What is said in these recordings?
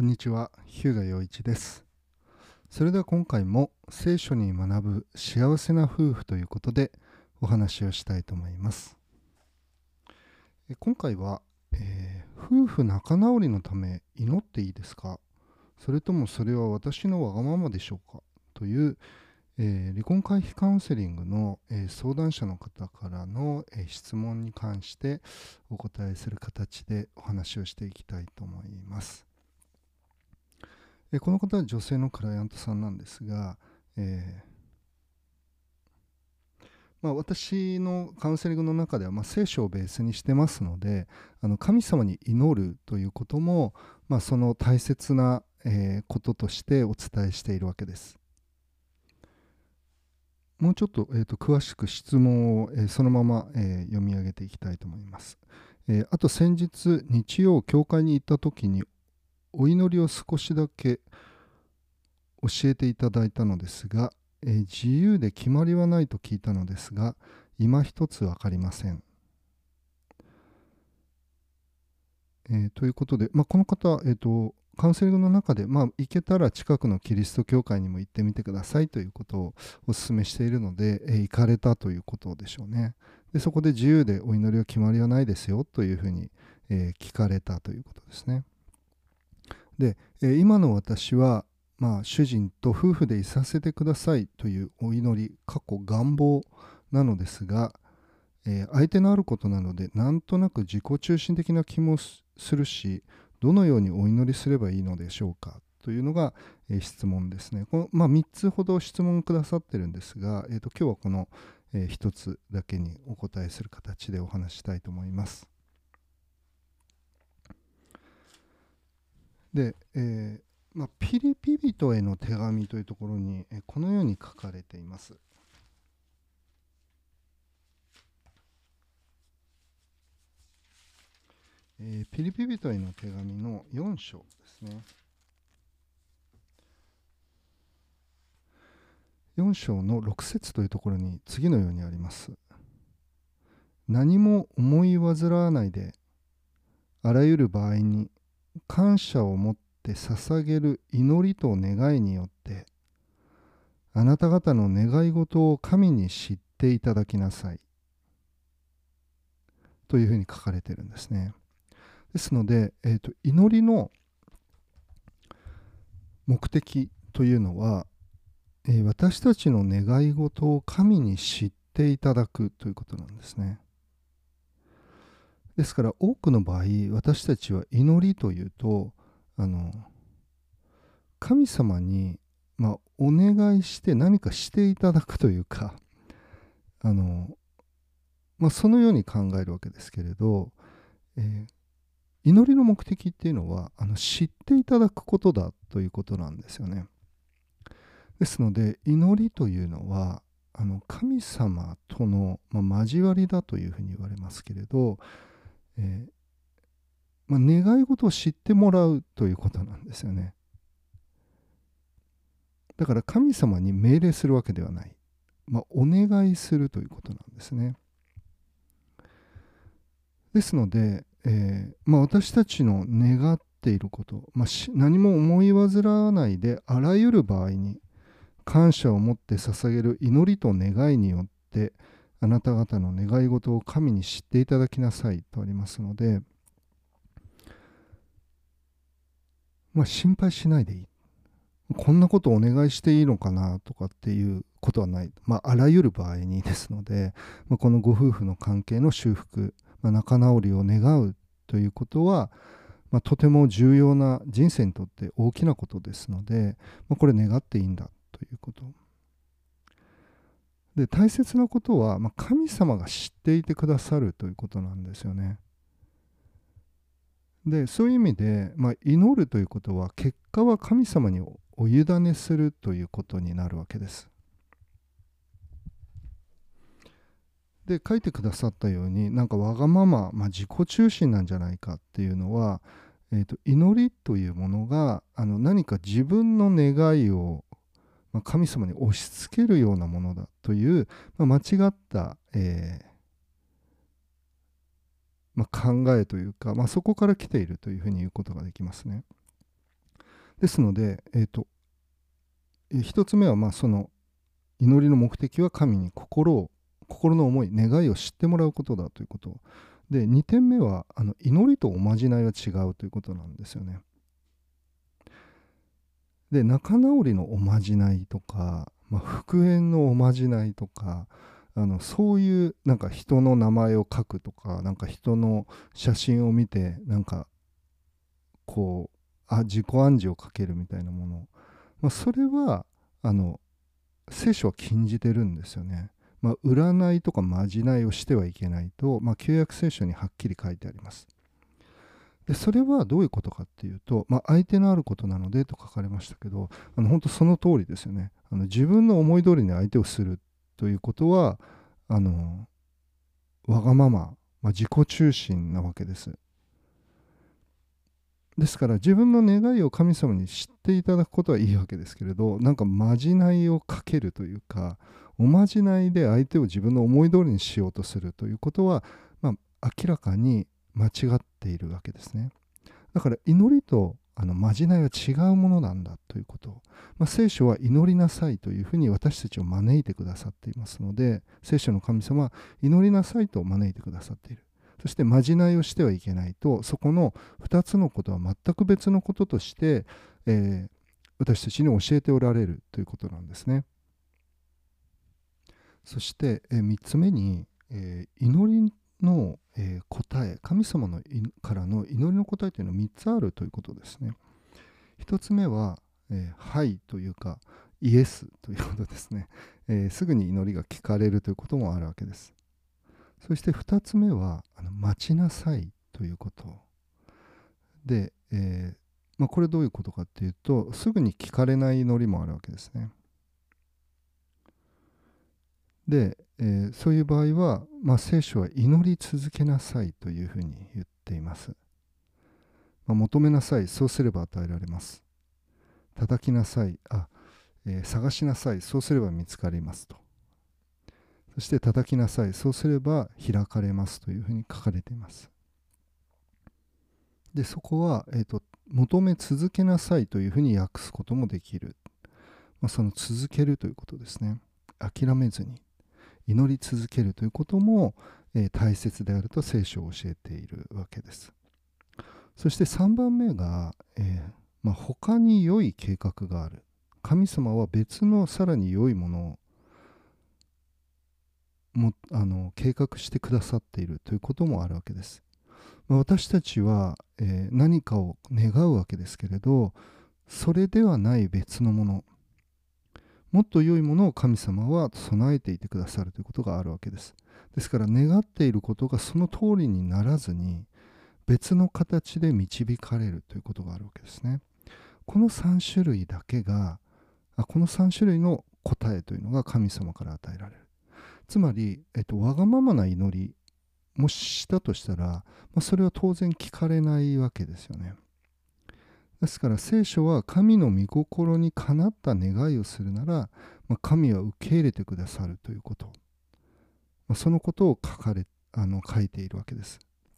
こんにちは、日向陽一です。それでは今回も聖書に学ぶ幸せな夫婦ということでお話をしたいと思います。今回は、夫婦仲直りのため祈っていいですか、それともそれは私のわがままでしょうかという、離婚回避カウンセリングの、相談者の方からの、質問に関してお答えする形でお話をしていきたいと思います。この方は女性のクライアントさんなんですが、私のカウンセリングの中では、聖書をベースにしてますので、神様に祈るということも、その大切な、こととしてお伝えしているわけです。もうちょっと、詳しく質問を、そのまま、読み上げていきたいと思います。あと先日、日曜教会に行った時にお祈りを少しだけ教えていただいたのですが、自由で決まりはないと聞いたのですが、今一つ分かりません。ということで、この方、カウンセリングの中で、行けたら近くのキリスト教会にも行ってみてくださいということをお勧めしているので、行かれたということでしょうね。でそこで自由でお祈りは決まりはないですよというふうに、聞かれたということですね。で、今の私は、主人と夫婦でいさせてくださいというお祈り、願望なのですが、相手のあることなので、なんとなく自己中心的な気もするし、どのようにお祈りすればいいのでしょうかというのが、質問ですね。この、3つほど質問くださってるんですが、今日はこの、1つだけにお答えする形でお話したいと思います。で、ピリピ人への手紙というところに、このように書かれています。ピリピ人への手紙の4章ですね。4章の6節というところに次のようにあります。何も思い煩わないで、あらゆる場合に感謝を持って捧げる祈りと願いによって、あなた方の願い事を神に知っていただきなさい。というふうに書かれているんですね。ですので、祈りの目的というのは、私たちの願い事を神に知っていただくということなんですね。ですから多くの場合、私たちは祈りというと、神様に、お願いして何かしていただくというか、そのように考えるわけですけれど、祈りの目的っていうのは知っていただくことだということなんですよね。ですので祈りというのは神様との、交わりだというふうに言われますけれど、願い事を知ってもらうということなんですよね。だから神様に命令するわけではない、お願いするということなんですね。ですので、私たちの願っていること、何も思い煩わないであらゆる場合に感謝を持って捧げる祈りと願いによってあなた方の願い事を神に知っていただきなさいとありますので、心配しないでいい。こんなことをお願いしていいのかなとかっていうことはない。あらゆる場合にですので、このご夫婦の関係の修復、仲直りを願うということは、とても重要な人生にとって大きなことですので、これ願っていいんだということ。で、大切なことは、神様が知っていてくださるということなんですよね。で、そういう意味で、祈るということは、結果は神様にお委ねするということになるわけです。で、書いてくださったように、わがまま、自己中心なんじゃないかっていうのは、祈りというものが何か自分の願いを神様に押し付けるようなものだという、間違った、考えというか、そこから来ているというふうに言うことができますね。 ですので、一つ目はその祈りの目的は神に心の思い、願いを知ってもらうことだということ。で、2点目は祈りとおまじないは違うということなんですよね。で、仲直りのおまじないとか、復縁のおまじないとか、そういうなんか人の名前を書くとか、なんか人の写真を見て、なんかこう、自己暗示をかけるみたいなもの、それは聖書は禁じてるんですよね。占いとかまじないをしてはいけないと、旧約聖書にはっきり書いてあります。でそれはどういうことかっていうと、相手のあることなのでと書かれましたけど、本当その通りですよね。自分の思い通りに相手をするということは、わがまま、自己中心なわけです。ですから自分の願いを神様に知っていただくことはいいわけですけれど、なんかまじないをかけるというか、おまじないで相手を自分の思い通りにしようとするということは、明らかに間違っているわけですね。だから祈りとまじないは違うものなんだということを、聖書は祈りなさいというふうに私たちを招いてくださっていますので、聖書の神様は祈りなさいと招いてくださっている。そしてまじないをしてはいけないと、そこの2つのことは全く別のこととして、私たちに教えておられるということなんですね。そして、3つ目に、祈りの、答え、神様のからの祈りの答えというのは3つあるということですね。1つ目は、はいというか、イエスということですね。すぐに祈りが聞かれるということもあるわけです。そして2つ目は、待ちなさいということ。で、これどういうことかっていうと、すぐに聞かれない祈りもあるわけですね。で、そういう場合は、聖書は祈り続けなさいというふうに言っています。求めなさい、そうすれば与えられます。叩きなさい、探しなさい、そうすれば見つかりますと。そして叩きなさい、そうすれば開かれますというふうに書かれています。で、そこは、求め続けなさいというふうに訳すこともできる。その続けるということですね。諦めずに祈り続けるということも、大切であると聖書を教えているわけです。そして3番目が、他に良い計画がある。神様は別のさらに良いものを計画してくださっているということもあるわけです。私たちは、何かを願うわけですけれど、それではない別のもの、もっと良いものを神様は備えていてくださるということがあるわけです。ですから願っていることがその通りにならずに別の形で導かれるということがあるわけですね。この3種類だけが、この3種類の答えというのが神様から与えられる。つまり、わがままな祈りもしたとしたら、それは当然聞かれないわけですよね。ですから聖書は神の御心にかなった願いをするなら、神は受け入れてくださるということ、そのことを書いているわけです。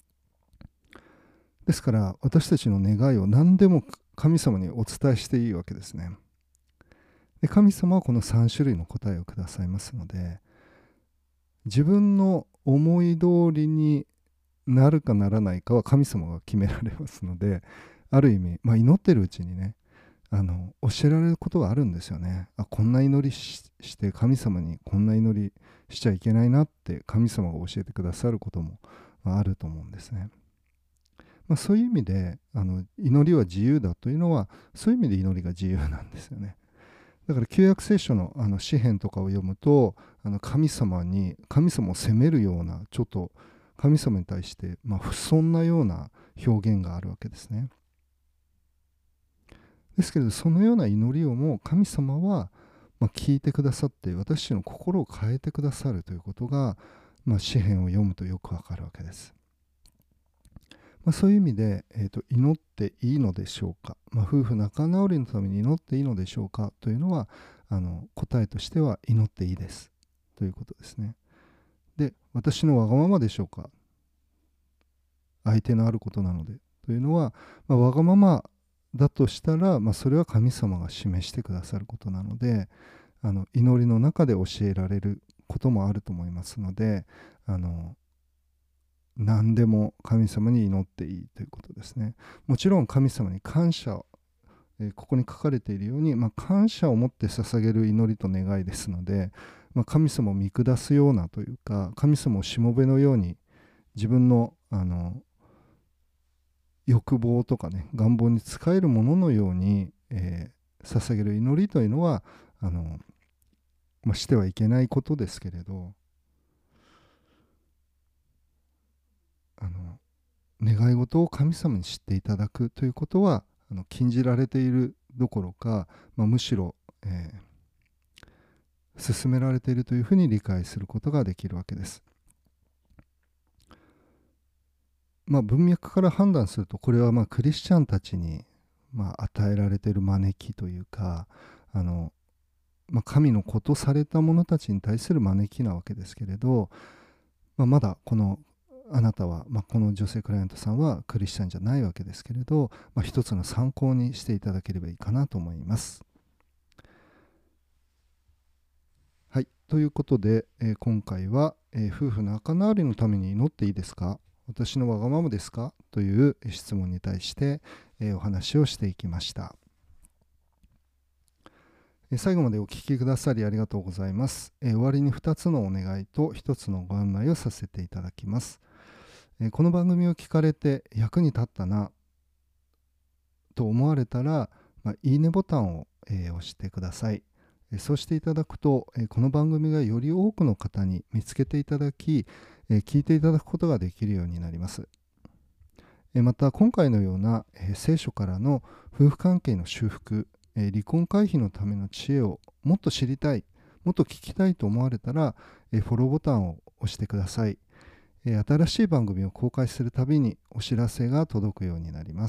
ですから私たちの願いを何でも神様にお伝えしていいわけですね。で神様はこの3種類の答えをくださいますので、自分の思い通りになるかならないかは神様が決められますので、ある意味、祈ってるうちにね、教えられることがあるんですよね。こんな祈りして神様にこんな祈りしちゃいけないなって神様が教えてくださることも、あると思うんですね。そういう意味で祈りは自由だというのは、そういう意味で祈りが自由なんですよね。だから旧約聖書の詩篇とかを読むと、神様を責めるような、ちょっと神様に対して不遜なような表現があるわけですね。ですけれど、そのような祈りをも神様は聞いてくださって、私たちの心を変えてくださるということが、詩篇を読むとよくわかるわけです。そういう意味で、祈っていいのでしょうか、夫婦仲直りのために祈っていいのでしょうかというのは、答えとしては祈っていいですということですね。で、私のわがままでしょうか、相手のあることなのでというのは、わがままだとしたら、それは神様が示してくださることなので、祈りの中で教えられることもあると思いますので、何でも神様に祈っていいということですね。もちろん神様に感謝を、ここに書かれているように、感謝を持って捧げる祈りと願いですので、神様を見下すようなというか、神様をしもべのように自分の欲望とかね、願望に使えるもののように、捧げる祈りというのはしてはいけないことですけれど、願い事を神様に知っていただくということは禁じられているどころか、むしろ、勧められているというふうに理解することができるわけです。文脈から判断すると、これはクリスチャンたちに与えられている招きというか、神の子とされた者たちに対する招きなわけですけれど、まだあなたは、この女性クライアントさんはクリスチャンじゃないわけですけれど、一つの参考にしていただければいいかなと思います。はい、ということで、今回は、夫婦仲直りのために祈っていいですか？私のわがままですか？という質問に対して、お話をしていきました。最後までお聞きくださりありがとうございます。終わりに2つのお願いと1つのご案内をさせていただきます。この番組を聞かれて役に立ったなと思われたら、いいねボタンを、押してください。そうしていただくと、この番組がより多くの方に見つけていただき、聞いていただくことができるようになります。また今回のような、聖書からの夫婦関係の修復、離婚回避のための知恵をもっと知りたい、もっと聞きたいと思われたら、フォローボタンを押してください。新しい番組を公開するたびにお知らせが届くようになります。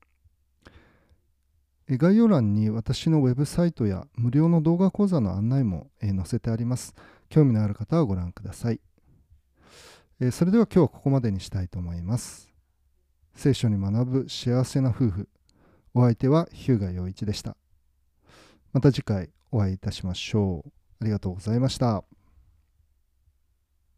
概要欄に私のウェブサイトや無料の動画講座の案内も載せてあります。興味のある方はご覧ください。それでは今日はここまでにしたいと思います。聖書に学ぶ幸せな夫婦。お相手は日向陽一でした。また次回お会いいたしましょう。ありがとうございました。